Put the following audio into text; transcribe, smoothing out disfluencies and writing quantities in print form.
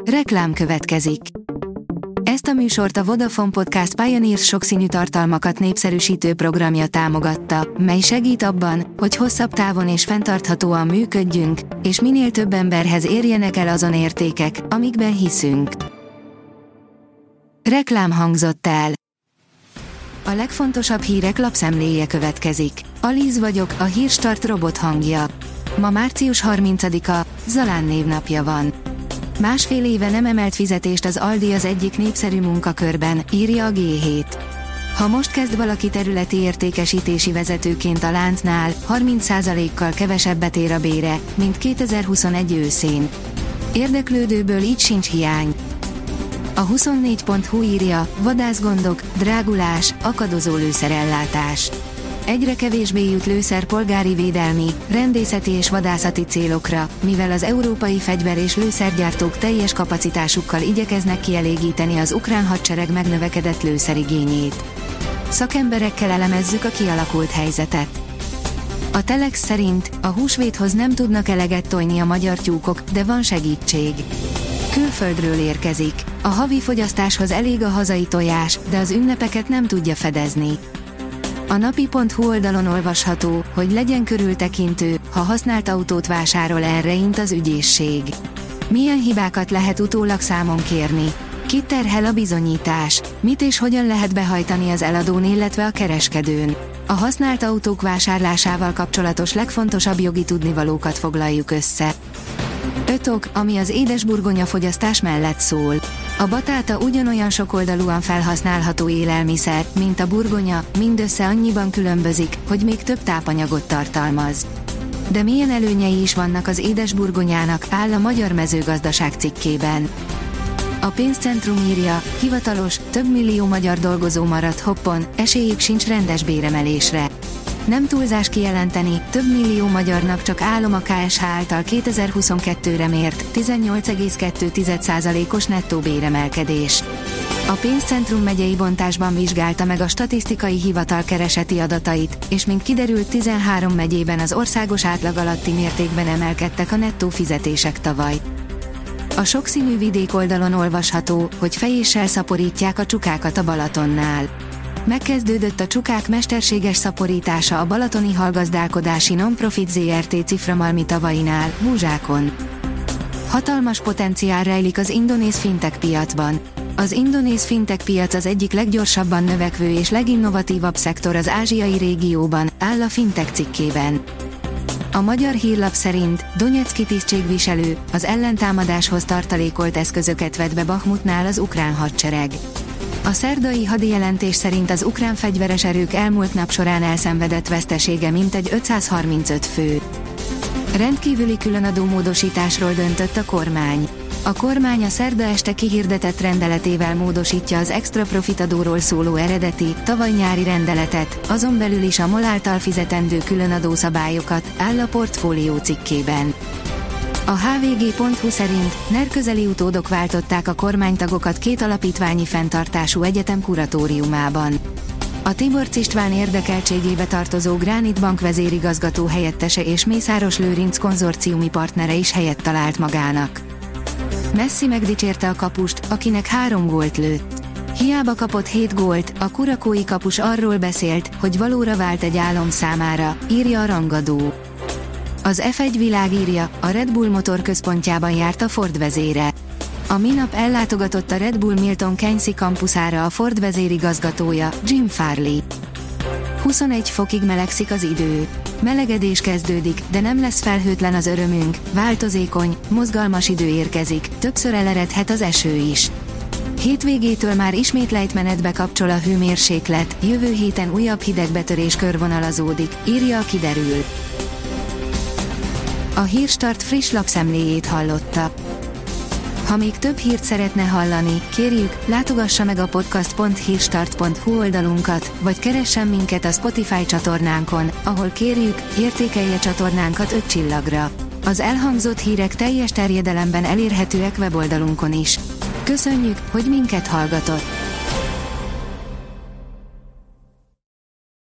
Reklám következik. Ezt a műsort a Vodafone Podcast Pioneers sokszínű tartalmakat népszerűsítő programja támogatta, mely segít abban, hogy hosszabb távon és fenntarthatóan működjünk, és minél több emberhez érjenek el azon értékek, amikben hiszünk. Reklám hangzott el. A legfontosabb hírek lapszemléje következik. Alíz vagyok, a Hírstart robot hangja. Ma március 30-a, Zalán névnapja van. Másfél éve nem emelt fizetést az Aldi az egyik népszerű munkakörben, írja a G7. Ha most kezd valaki területi értékesítési vezetőként a láncnál, 30%-kal kevesebbet ér a bére, mint 2021 őszén. Érdeklődőből így sincs hiány. A 24.hu írja, vadászgondok, drágulás, akadozó lőszerellátás. Egyre kevésbé jut lőszer polgári védelmi, rendészeti és vadászati célokra, mivel az európai fegyver- és lőszergyártók teljes kapacitásukkal igyekeznek kielégíteni az ukrán hadsereg megnövekedett lőszerigényét. Szakemberekkel elemezzük a kialakult helyzetet. A Telex szerint a húsvéthoz nem tudnak eleget tojni a magyar tyúkok, de van segítség. Külföldről érkezik. A havi fogyasztáshoz elég a hazai tojás, de az ünnepeket nem tudja fedezni. A napi.hu oldalon olvasható, hogy legyen körültekintő, ha használt autót vásárol, erre int az ügyészség. Milyen hibákat lehet utólag számon kérni? Kit terhel a bizonyítás? Mit és hogyan lehet behajtani az eladón, illetve a kereskedőn? A használt autók vásárlásával kapcsolatos legfontosabb jogi tudnivalókat foglaljuk össze. 5 ok, ami az édesburgonya fogyasztás mellett szól. A batáta ugyanolyan sokoldalúan felhasználható élelmiszer, mint a burgonya, mindössze annyiban különbözik, hogy még több tápanyagot tartalmaz. De milyen előnyei is vannak az édesburgonyának, áll a Magyar Mezőgazdaság cikkében. A pénzcentrum írja, hivatalos, több millió magyar dolgozó maradt hoppon, esélyük sincs rendes béremelésre. Nem túlzás kijelenteni, több millió magyarnak csak álom a KSH által 2022-re mért 18,2%-os nettó béremelkedés. A pénzcentrum megyei bontásban vizsgálta meg a statisztikai hivatal kereseti adatait, és mint kiderült, 13 megyében az országos átlag alatti mértékben emelkedtek a nettó fizetések tavaly. A sokszínű vidék oldalon olvasható, hogy fejéssel szaporítják a csukákat a Balatonnál. Megkezdődött a csukák mesterséges szaporítása a balatoni hallgazdálkodási non-profit ZRT Ciframalmi tavainál, Búzsákon. Hatalmas potenciál rejlik az indonéz fintech piacban. Az indonéz fintech piac az egyik leggyorsabban növekvő és leginnovatívabb szektor az ázsiai régióban, áll a fintech cikkében. A Magyar Hírlap szerint Donyecky tisztségviselő az ellentámadáshoz tartalékolt eszközöket vett be Bahmutnál az ukrán hadsereg. A szerdai hadijelentés szerint az ukrán fegyveres erők elmúlt nap során elszenvedett vesztesége mintegy 535 fő. Rendkívüli különadó módosításról döntött a kormány. A kormány a szerda este kihirdetett rendeletével módosítja az extra profitadóról szóló eredeti, tavaly nyári rendeletet, azon belül is a MOL által fizetendő különadó szabályokat, áll a Portfólió cikkében. A hvg.hu szerint NER közeli utódok váltották a kormánytagokat két alapítványi fenntartású egyetem kuratóriumában. A Tiborcs István érdekeltségébe tartozó Gránit Bank vezérigazgató helyettese és Mészáros Lőrinc konzorciumi partnere is helyet talált magának. Messi megdicsérte a kapust, akinek 3 gólt lőtt. Hiába kapott 7 gólt, a kurakói kapus arról beszélt, hogy valóra vált egy álom számára, írja a Rangadó. Az F1 világírja, a Red Bull motor központjában járt a Ford vezére. A minap ellátogatott a Red Bull Milton Keyneszi kampuszára a Ford vezérigazgatója, Jim Farley. 21 fokig melegszik az idő. Melegedés kezdődik, de nem lesz felhőtlen az örömünk, változékony, mozgalmas idő érkezik, többször eleredhet az eső is. Hétvégétől már ismét lejtmenetbe kapcsol a hőmérséklet, jövő héten újabb hidegbetörés körvonalazódik, írja a Kiderül. A Hírstart friss lapszemléjét hallotta. Ha még több hírt szeretne hallani, kérjük, látogassa meg a podcast.hírstart.hu oldalunkat, vagy keressen minket a Spotify csatornánkon, ahol kérjük, értékelje csatornánkat 5 csillagra. Az elhangzott hírek teljes terjedelemben elérhetőek weboldalunkon is. Köszönjük, hogy minket hallgatott!